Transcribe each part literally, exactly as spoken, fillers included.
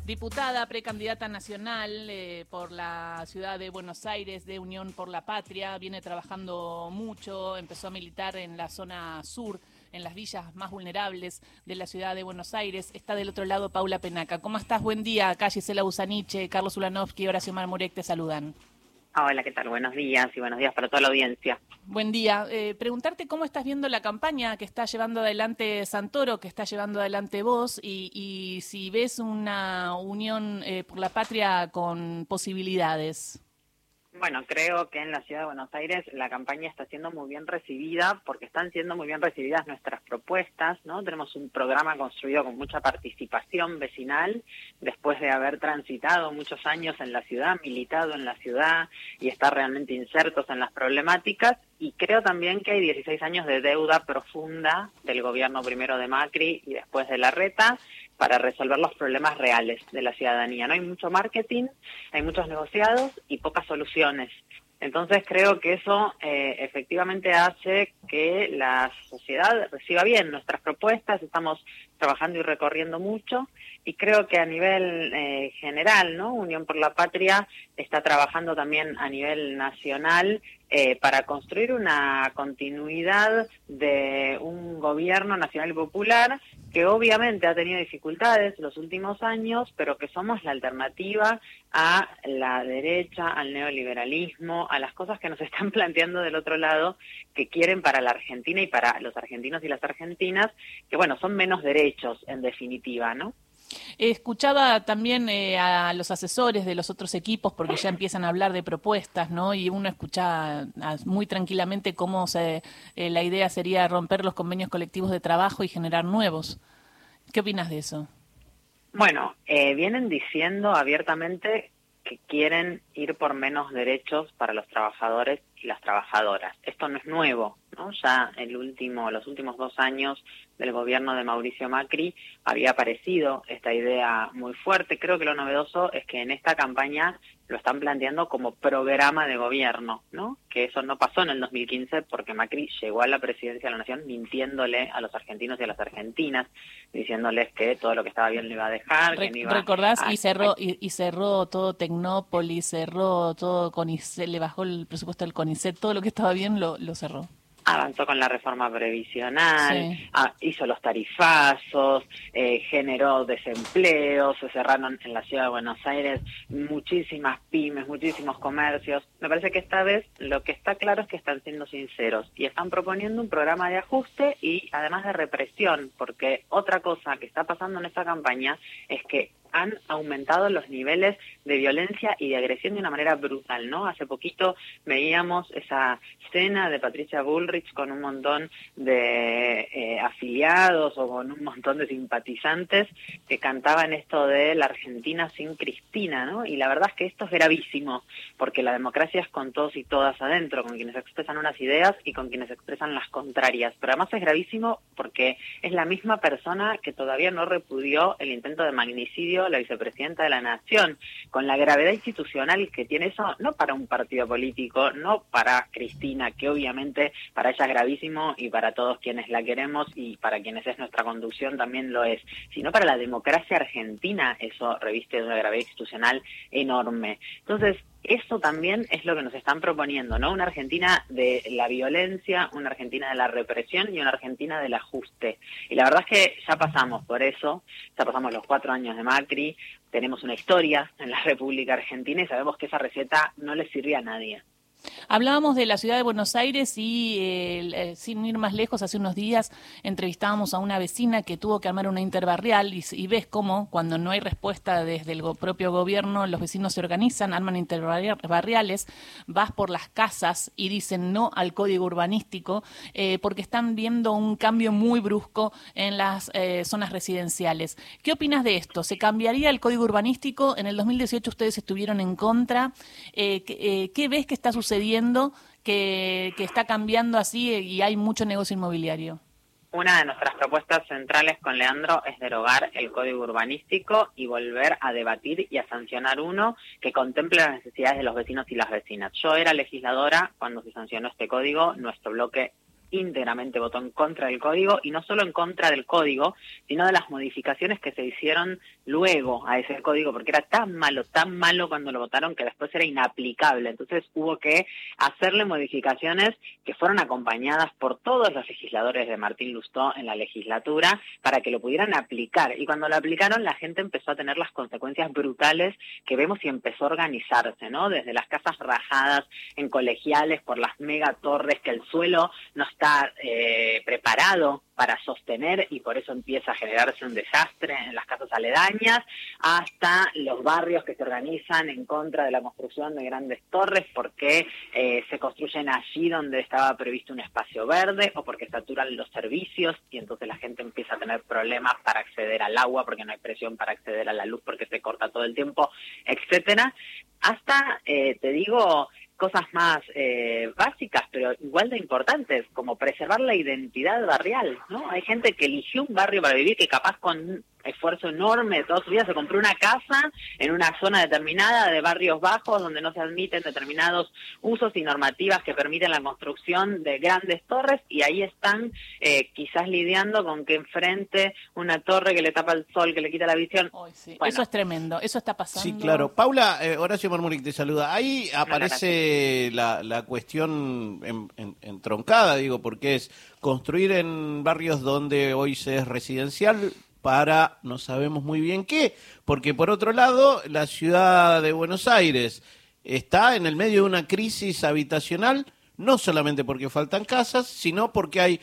Diputada, precandidata nacional eh, por la ciudad de Buenos Aires, de Unión por la Patria, viene trabajando mucho, empezó a militar en la zona sur, en las villas más vulnerables de la ciudad de Buenos Aires. Está del otro lado Paula Penaca. ¿Cómo estás? Buen día. Acá Gisela Busaniche, Carlos Ulanovsky y Horacio Marmurek te saludan. Hola, ¿qué tal? Buenos días y buenos días para toda la audiencia. Buen día. Eh, preguntarte cómo estás viendo la campaña que está llevando adelante Santoro, que está llevando adelante vos, y, y si ves una unión eh, por la patria con posibilidades. Bueno, creo que en la ciudad de Buenos Aires la campaña está siendo muy bien recibida porque están siendo muy bien recibidas nuestras propuestas, ¿no? Tenemos un programa construido con mucha participación vecinal, después de haber transitado muchos años en la ciudad, militado en la ciudad y estar realmente insertos en las problemáticas. Y creo también que hay dieciséis años de deuda profunda del gobierno primero de Macri y después de Larreta para resolver los problemas reales de la ciudadanía. No hay mucho marketing, hay muchos negociados y pocas soluciones. Entonces creo que eso eh, efectivamente hace que la sociedad reciba bien nuestras propuestas. Estamos trabajando y recorriendo mucho y creo que a nivel eh, general, ¿no? Unión por la Patria está trabajando también a nivel nacional eh, para construir una continuidad de un gobierno nacional y popular que obviamente ha tenido dificultades los últimos años, pero que somos la alternativa a la derecha, al neoliberalismo, a las cosas que nos están planteando del otro lado, que quieren para la Argentina y para los argentinos y las argentinas, que bueno, son menos derechos en definitiva, ¿no? Escuchaba también eh, a los asesores de los otros equipos porque ya empiezan a hablar de propuestas, ¿no? Y uno escucha muy tranquilamente cómo se, eh, la idea sería romper los convenios colectivos de trabajo y generar nuevos. ¿Qué opinas de eso? Bueno, eh, vienen diciendo abiertamente que quieren ir por menos derechos para los trabajadores y las trabajadoras. Esto no es nuevo, ¿no? Ya el último, los últimos dos años del gobierno de Mauricio Macri había aparecido esta idea muy fuerte. Creo que lo novedoso es que en esta campaña lo están planteando como programa de gobierno, ¿no? Que eso no pasó en el dos mil quince porque Macri llegó a la presidencia de la Nación mintiéndole a los argentinos y a las argentinas, diciéndoles que todo lo que estaba bien le iba a dejar, Re que no iba ¿Recordás? a... Y cerró, y, y cerró todo Tecnópolis, cerró todo CONICET, le bajó el presupuesto del CONICET, todo lo que estaba bien lo, lo cerró. Avanzó con la reforma previsional, Sí. ah, hizo los tarifazos, eh, generó desempleo, se cerraron en la ciudad de Buenos Aires muchísimas pymes, muchísimos comercios. Me parece que esta vez lo que está claro es que están siendo sinceros y están proponiendo un programa de ajuste y además de represión, porque otra cosa que está pasando en esta campaña es que han aumentado los niveles de violencia y de agresión de una manera brutal, ¿no? Hace poquito veíamos esa escena de Patricia Bullrich con un montón de eh, afiliados o con un montón de simpatizantes que cantaban esto de la Argentina sin Cristina, ¿no? Y la verdad es que esto es gravísimo, porque la democracia es con todos y todas adentro, con quienes expresan unas ideas y con quienes expresan las contrarias. Pero además es gravísimo porque es la misma persona que todavía no repudió el intento de magnicidio la vicepresidenta de la Nación, con la gravedad institucional que tiene eso, no para un partido político, no para Cristina, que obviamente para ella es gravísimo y para todos quienes la queremos y para quienes es nuestra conducción también lo es, sino para la democracia argentina eso reviste de una gravedad institucional enorme. Entonces, eso también es lo que nos están proponiendo, ¿no? Una Argentina de la violencia, una Argentina de la represión y una Argentina del ajuste. Y la verdad es que ya pasamos por eso, ya pasamos los cuatro años de Macri, tenemos una historia en la República Argentina y sabemos que esa receta no le sirve a nadie. Hablábamos de la ciudad de Buenos Aires y, eh, sin ir más lejos, hace unos días entrevistábamos a una vecina que tuvo que armar una interbarrial y, y ves cómo cuando no hay respuesta desde el go- propio gobierno, los vecinos se organizan, arman interbarriales, vas por las casas y dicen no al código urbanístico eh, porque están viendo un cambio muy brusco en las eh, zonas residenciales. ¿Qué opinas de esto? ¿Se cambiaría el código urbanístico? En el dos mil dieciocho ustedes estuvieron en contra. Eh, ¿qué, eh, ¿Qué ves que está sucediendo? Que, que está cambiando así y hay mucho negocio inmobiliario. Una de nuestras propuestas centrales con Leandro es derogar el código urbanístico y volver a debatir y a sancionar uno que contemple las necesidades de los vecinos y las vecinas. Yo era legisladora cuando se sancionó este código, nuestro bloque íntegramente votó en contra del código, y no solo en contra del código, sino de las modificaciones que se hicieron luego a ese código, porque era tan malo, tan malo cuando lo votaron que después era inaplicable. Entonces hubo que hacerle modificaciones que fueron acompañadas por todos los legisladores de Martín Lustó en la legislatura para que lo pudieran aplicar. Y cuando lo aplicaron, la gente empezó a tener las consecuencias brutales que vemos y empezó a organizarse, ¿no? Desde las casas rajadas en colegiales por las mega torres que el suelo no está eh, preparado para sostener y por eso empieza a generarse un desastre en las casas aledañas, hasta los barrios que se organizan en contra de la construcción de grandes torres porque eh, se construyen allí donde estaba previsto un espacio verde o porque saturan los servicios y entonces la gente empieza a tener problemas para acceder al agua porque no hay presión para acceder a la luz porque se corta todo el tiempo, etcétera. Hasta, eh, te digo, cosas más eh, básicas, pero igual de importantes, como preservar la identidad barrial, ¿no? Hay gente que eligió un barrio para vivir que capaz con un esfuerzo enorme de toda su vida se compró una casa en una zona determinada de barrios bajos donde no se admiten determinados usos y normativas que permiten la construcción de grandes torres y ahí están eh, quizás lidiando con que enfrente una torre que le tapa el sol, que le quita la visión. Oh, sí. Bueno. Eso es tremendo, eso está pasando. Sí, claro. Paula, eh, Horacio Marmuric te saluda. Ahí aparece la, la cuestión en, en, entroncada, digo, porque es construir en barrios donde hoy se es residencial para no sabemos muy bien qué, porque por otro lado la ciudad de Buenos Aires está en el medio de una crisis habitacional, no solamente porque faltan casas, sino porque hay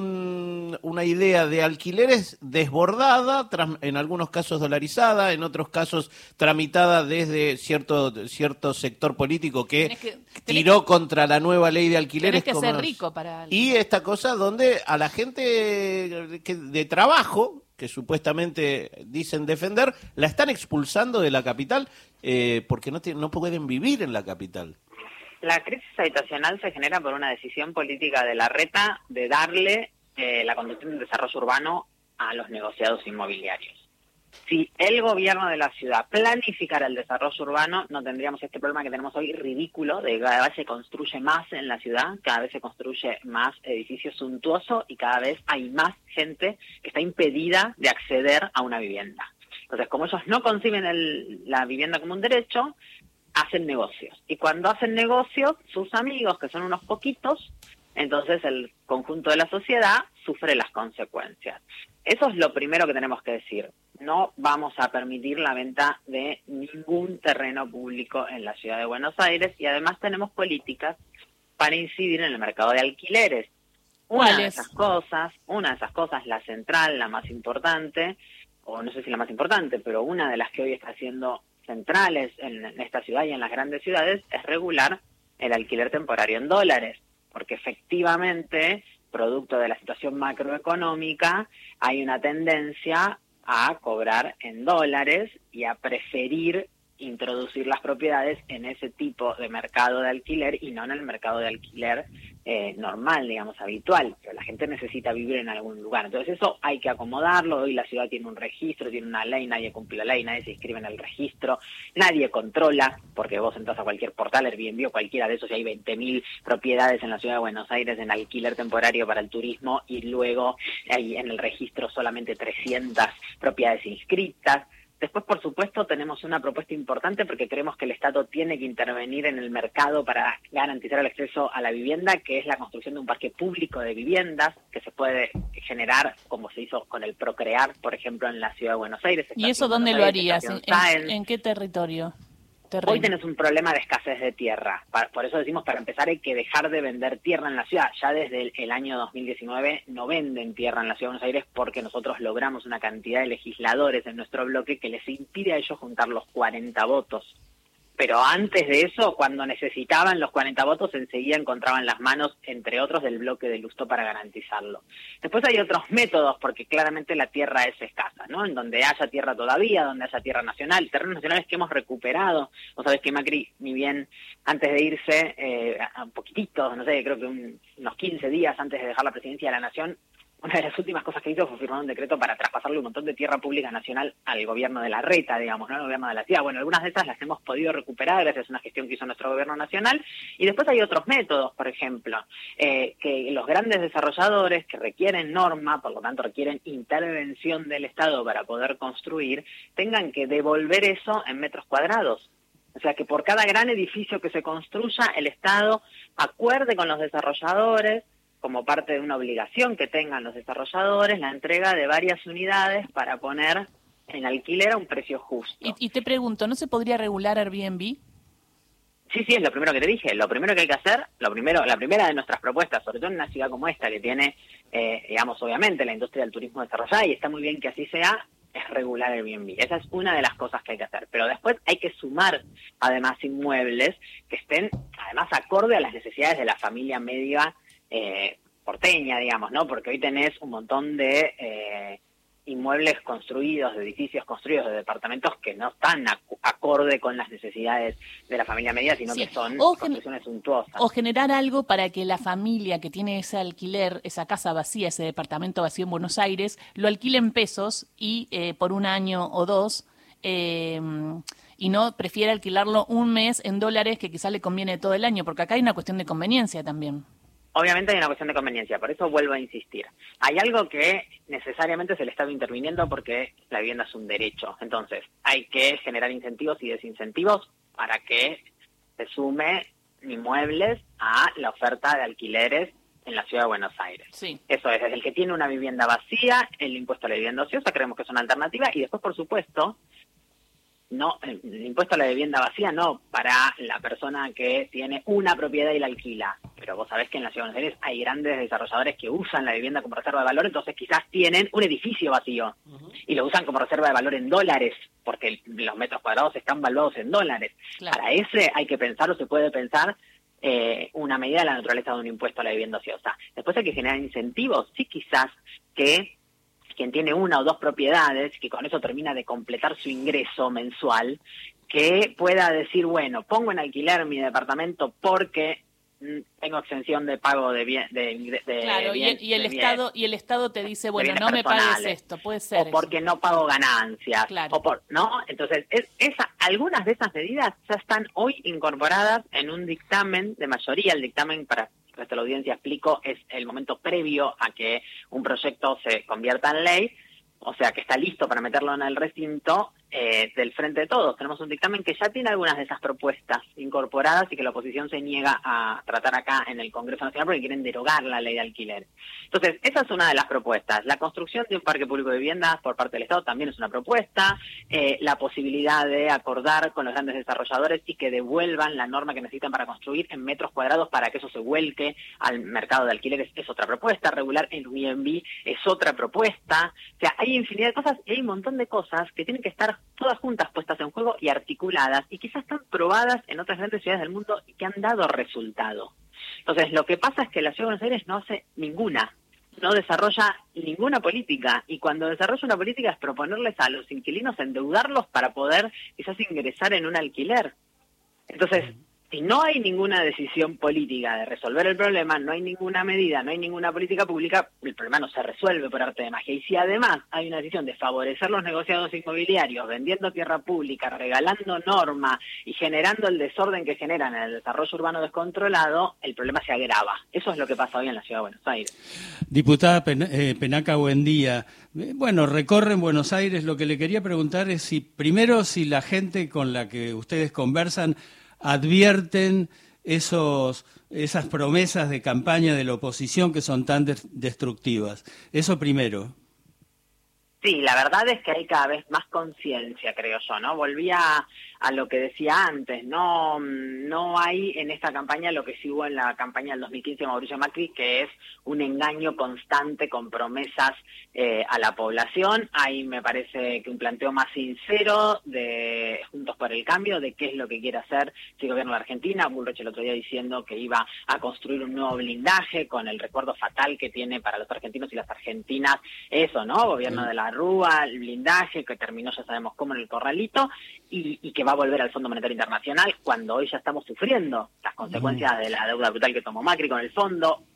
un, una idea de alquileres desbordada, tras, en algunos casos dolarizada, en otros casos tramitada desde cierto cierto sector político que, que tiró que, contra la nueva ley de alquileres. Tenés que ser rico para... Y esta cosa donde a la gente que, de trabajo, que supuestamente dicen defender, la están expulsando de la capital eh, porque no, te, no pueden vivir en la capital. La crisis habitacional se genera por una decisión política de Larreta de darle eh, la conducción del desarrollo urbano a los negociados inmobiliarios. Si el gobierno de la ciudad planificara el desarrollo urbano, no tendríamos este problema que tenemos hoy ridículo, de que cada vez se construye más en la ciudad, cada vez se construye más edificios suntuosos y cada vez hay más gente que está impedida de acceder a una vivienda. Entonces, como ellos no conciben el, la vivienda como un derecho, hacen negocios. Y cuando hacen negocios, sus amigos, que son unos poquitos, entonces el conjunto de la sociedad sufre las consecuencias. Eso es lo primero que tenemos que decir. No vamos a permitir la venta de ningún terreno público en la ciudad de Buenos Aires y además tenemos políticas para incidir en el mercado de alquileres. Una de esas cosas, una de esas cosas, la central, la más importante, o no sé si la más importante, pero una de las que hoy está siendo centrales en esta ciudad y en las grandes ciudades es regular el alquiler temporario en dólares, porque efectivamente, producto de la situación macroeconómica, hay una tendencia a cobrar en dólares y a preferir introducir las propiedades en ese tipo de mercado de alquiler y no en el mercado de alquiler eh, normal, digamos, habitual. Pero la gente necesita vivir en algún lugar. Entonces eso hay que acomodarlo. Hoy la ciudad tiene un registro, tiene una ley, nadie cumple la ley, nadie se inscribe en el registro, nadie controla, porque vos entras a cualquier portal, Airbnb o cualquiera de esos y hay veinte mil propiedades en la ciudad de Buenos Aires en alquiler temporario para el turismo y luego hay en el registro solamente trescientas propiedades inscritas. Después, por supuesto, tenemos una propuesta importante porque creemos que el Estado tiene que intervenir en el mercado para garantizar el acceso a la vivienda, que es la construcción de un parque público de viviendas que se puede generar, como se hizo con el Procrear, por ejemplo, en la ciudad de Buenos Aires. ¿Y eso dónde lo harías? ¿En, en, ¿En qué territorio? Terreno. Hoy tenés un problema de escasez de tierra. Por eso decimos, para empezar, hay que dejar de vender tierra en la ciudad. Ya desde el, el año dos mil diecinueve no venden tierra en la ciudad de Buenos Aires porque nosotros logramos una cantidad de legisladores en nuestro bloque que les impide a ellos juntar los cuarenta votos. Pero antes de eso, cuando necesitaban los cuarenta votos, enseguida encontraban las manos, entre otros, del bloque de Lustó para garantizarlo. Después hay otros métodos, porque claramente la tierra es escasa, ¿no? En donde haya tierra todavía, donde haya tierra nacional, terrenos nacionales que hemos recuperado. Vos sabés que Macri, ni bien antes de irse, eh, un poquitito, no sé, creo que un, unos quince días antes de dejar la presidencia de la Nación, una de las últimas cosas que hizo fue firmar un decreto para traspasarle un montón de tierra pública nacional al gobierno de la Reta, digamos, no al gobierno de la ciudad. Bueno, algunas de esas las hemos podido recuperar gracias a una gestión que hizo nuestro gobierno nacional. Y después hay otros métodos, por ejemplo, eh, que los grandes desarrolladores que requieren norma, por lo tanto requieren intervención del Estado para poder construir, tengan que devolver eso en metros cuadrados. O sea, que por cada gran edificio que se construya, el Estado acuerde con los desarrolladores, como parte de una obligación que tengan los desarrolladores, la entrega de varias unidades para poner en alquiler a un precio justo. Y, y te pregunto, ¿no se podría regular Airbnb? Sí, sí, es lo primero que te dije. Lo primero que hay que hacer, lo primero, la primera de nuestras propuestas, sobre todo en una ciudad como esta, que tiene, eh, digamos, obviamente la industria del turismo desarrollada, y está muy bien que así sea, es regular Airbnb. Esa es una de las cosas que hay que hacer. Pero después hay que sumar, además, inmuebles que estén, además, acorde a las necesidades de la familia media Eh, porteña, digamos, ¿no? Porque hoy tenés un montón de eh, inmuebles construidos, de edificios construidos, de departamentos que no están ac- acorde con las necesidades de la familia media, sino sí. que son o construcciones suntuosas. O generar algo para que la familia que tiene ese alquiler, esa casa vacía, ese departamento vacío en Buenos Aires, lo alquile en pesos y eh, por un año o dos, eh, y no prefiere alquilarlo un mes en dólares que quizás le conviene todo el año, porque acá hay una cuestión de conveniencia también. Obviamente hay una cuestión de conveniencia, por eso vuelvo a insistir. Hay algo que necesariamente es el Estado interviniendo porque la vivienda es un derecho. Entonces, hay que generar incentivos y desincentivos para que se sume inmuebles a la oferta de alquileres en la ciudad de Buenos Aires. Sí. Eso es, desde el que tiene una vivienda vacía, el impuesto a la vivienda ociosa, creemos que es una alternativa, y después, por supuesto, no, el impuesto a la vivienda vacía no para la persona que tiene una propiedad y la alquila, pero vos sabés que en la Ciudad de Buenos Aires hay grandes desarrolladores que usan la vivienda como reserva de valor, entonces quizás tienen un edificio vacío uh-huh. y lo usan como reserva de valor en dólares, porque los metros cuadrados están valuados en dólares. Claro. Para ese hay que pensar o se puede pensar eh, una medida de la naturaleza de un impuesto a la vivienda ociosa. Después hay que generar incentivos, sí, quizás que quien tiene una o dos propiedades, que con eso termina de completar su ingreso mensual, que pueda decir, bueno, pongo en alquiler mi departamento porque tengo exención de pago de bien de, de claro bien, y, y el de estado bien, y el estado te dice, bueno, no me pagues esto, puede ser o porque eso. No pago ganancias, claro. o por no entonces es, esa algunas de esas medidas ya están hoy incorporadas en un dictamen de mayoría. El dictamen, para que la audiencia explico, es el momento previo a que un proyecto se convierta en ley, o sea que está listo para meterlo en el recinto eh, del Frente de Todos. Tenemos un dictamen que ya tiene algunas de esas propuestas incorporadas y que la oposición se niega a tratar acá en el Congreso Nacional porque quieren derogar la ley de alquiler. Entonces, esa es una de las propuestas. La construcción de un parque público de viviendas por parte del Estado también es una propuesta. Eh, la posibilidad de acordar con los grandes desarrolladores y que devuelvan la norma que necesitan para construir en metros cuadrados para que eso se vuelque al mercado de alquileres es otra propuesta. Regular el Airbnb es otra propuesta. O sea, hay infinidad de cosas y hay un montón de cosas que tienen que estar todas juntas puestas en juego y articuladas y quizás están probadas en otras grandes ciudades del mundo y que han dado resultado. Entonces, lo que pasa es que la Ciudad de Buenos Aires no hace ninguna, no desarrolla ninguna política, y cuando desarrolla una política es proponerles a los inquilinos endeudarlos para poder quizás ingresar en un alquiler. Entonces, si no hay ninguna decisión política de resolver el problema, no hay ninguna medida, no hay ninguna política pública, el problema no se resuelve por arte de magia. Y si además hay una decisión de favorecer los negociados inmobiliarios, vendiendo tierra pública, regalando norma y generando el desorden que generan en el desarrollo urbano descontrolado, el problema se agrava. Eso es lo que pasa hoy en la Ciudad de Buenos Aires. Diputada Pen- eh, Penaca, buen día. Bueno, recorren Buenos Aires. Lo que le quería preguntar es si, primero, si la gente con la que ustedes conversan advierten esos esas promesas de campaña de la oposición que son tan de- destructivas. Eso primero. Sí, la verdad es que hay cada vez más conciencia, creo yo, ¿no? Volví a, a lo que decía antes, no no hay en esta campaña lo que sí hubo en la campaña del dos mil quince de Mauricio Macri, que es un engaño constante con promesas eh, a la población. Hay, me parece, que un planteo más sincero de Juntos por el Cambio, de qué es lo que quiere hacer el gobierno de Argentina. Bullrich el otro día diciendo que iba a construir un nuevo blindaje con el recuerdo fatal que tiene para los argentinos y las argentinas eso, ¿no? Gobierno de la Rúa, el blindaje, que terminó ya sabemos cómo en el Corralito, y, y que va a volver al Fondo Monetario Internacional cuando hoy ya estamos sufriendo las consecuencias de la deuda brutal que tomó Macri con el fondo.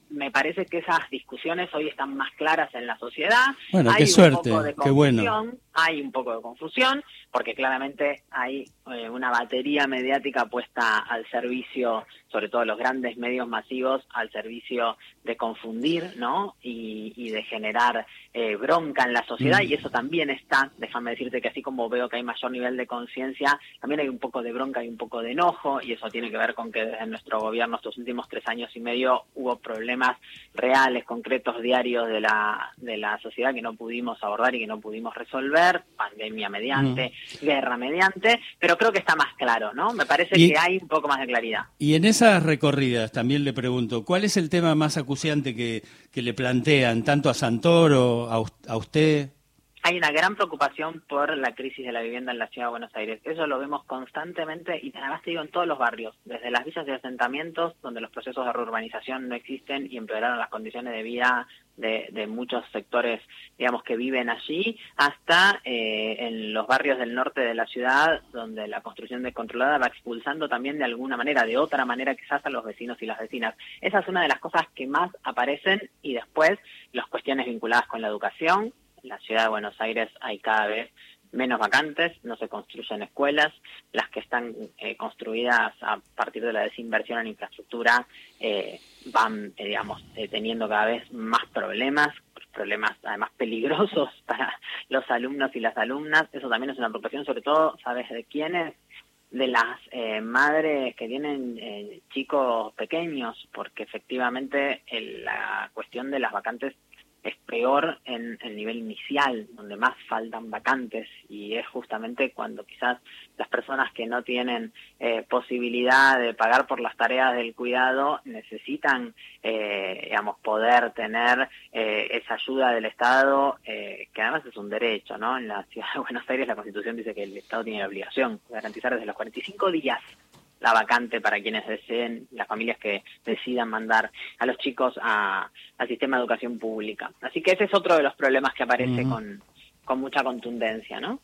me parece que esas discusiones hoy están más claras en la sociedad. Bueno, hay qué un suerte, poco de qué bueno. Hay un poco de confusión, porque claramente hay eh, una batería mediática puesta al servicio, sobre todo los grandes medios masivos, al servicio de confundir, ¿no? Y, y de generar eh, bronca en la sociedad, mm. y eso también está, déjame decirte que así como veo que hay mayor nivel de conciencia, también hay un poco de bronca y un poco de enojo, y eso tiene que ver con que desde nuestro gobierno estos últimos tres años y medio hubo problemas reales, concretos, diarios de la, de la sociedad que no pudimos abordar y que no pudimos resolver, pandemia mediante, mm. guerra mediante, pero creo que está más claro, ¿no? Me parece y, que hay un poco más de claridad. Y en esas recorridas también le pregunto, ¿cuál es el tema más acuciante que, que le plantean, tanto a Santoro, a, a usted? Hay una gran preocupación por la crisis de la vivienda en la Ciudad de Buenos Aires. Eso lo vemos constantemente y además te digo en todos los barrios, desde las villas de asentamientos, donde los procesos de reurbanización no existen y empeoraron las condiciones de vida de, de muchos sectores, digamos, que viven allí, hasta eh, en los barrios del norte de la ciudad, donde la construcción descontrolada va expulsando también de alguna manera, de otra manera quizás, a los vecinos y las vecinas. Esa es una de las cosas que más aparecen, y después las cuestiones vinculadas con la educación. En la Ciudad de Buenos Aires hay cada vez menos vacantes, no se construyen escuelas, las que están eh, construidas a partir de la desinversión en infraestructura eh, van, eh, digamos, eh, teniendo cada vez más problemas, problemas además peligrosos para los alumnos y las alumnas. Eso también es una preocupación, sobre todo, ¿sabes de quiénes? De las eh, madres que tienen eh, chicos pequeños, porque efectivamente el, la cuestión de las vacantes es peor en el nivel inicial, donde más faltan vacantes, y es justamente cuando quizás las personas que no tienen eh, posibilidad de pagar por las tareas del cuidado necesitan, eh, digamos, poder tener eh, esa ayuda del Estado, eh, que además es un derecho, ¿no? En la Ciudad de Buenos Aires la Constitución dice que el Estado tiene la obligación de garantizar desde los cuarenta y cinco días la vacante para quienes deseen, las familias que decidan mandar a los chicos a, al sistema de educación pública. Así que ese es otro de los problemas que aparece uh-huh. con, con mucha contundencia, ¿no?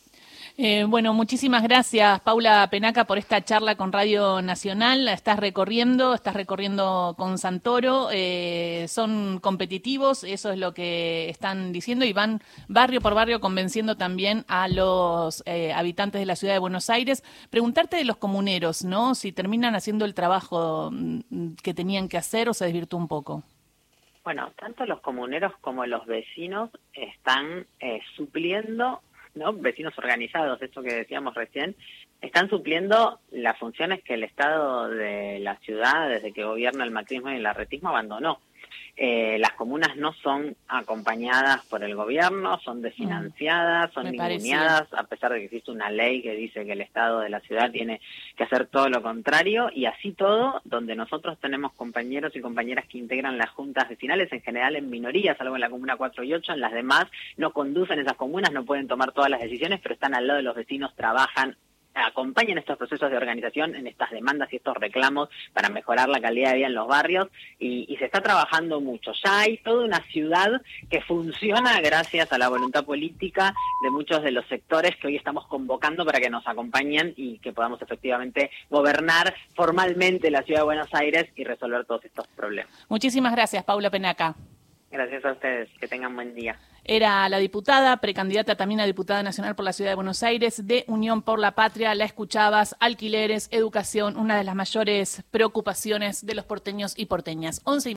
Eh, bueno, muchísimas gracias, Paula Penaca, por esta charla con Radio Nacional. La estás recorriendo, estás recorriendo con Santoro, eh, son competitivos, eso es lo que están diciendo, y van barrio por barrio convenciendo también a los eh, habitantes de la Ciudad de Buenos Aires. Preguntarte de los comuneros, ¿no? Si terminan haciendo el trabajo que tenían que hacer o se desvirtuó un poco. Bueno, tanto los comuneros como los vecinos están eh, supliendo, ¿no? Vecinos organizados, esto que decíamos recién, están supliendo las funciones que el Estado de la ciudad, desde que gobierna el macrismo y el larretismo, abandonó. Eh, las comunas no son acompañadas por el gobierno, son desfinanciadas, son ninguneadas, a pesar de que existe una ley que dice que el Estado de la ciudad tiene que hacer todo lo contrario, y así todo, donde nosotros tenemos compañeros y compañeras que integran las juntas vecinales, en general en minoría, salvo en la comuna cuatro y ocho, en las demás no conducen esas comunas, no pueden tomar todas las decisiones, pero están al lado de los vecinos, trabajan, acompañan estos procesos de organización en estas demandas y estos reclamos para mejorar la calidad de vida en los barrios, y, y se está trabajando mucho. Ya hay toda una ciudad que funciona gracias a la voluntad política de muchos de los sectores que hoy estamos convocando para que nos acompañen y que podamos efectivamente gobernar formalmente la Ciudad de Buenos Aires y resolver todos estos problemas. Muchísimas gracias, Paula Penaca. Gracias a ustedes, que tengan buen día. Era la diputada, precandidata también a diputada nacional por la Ciudad de Buenos Aires, de Unión por la Patria. La escuchabas, alquileres, educación, una de las mayores preocupaciones de los porteños y porteñas. once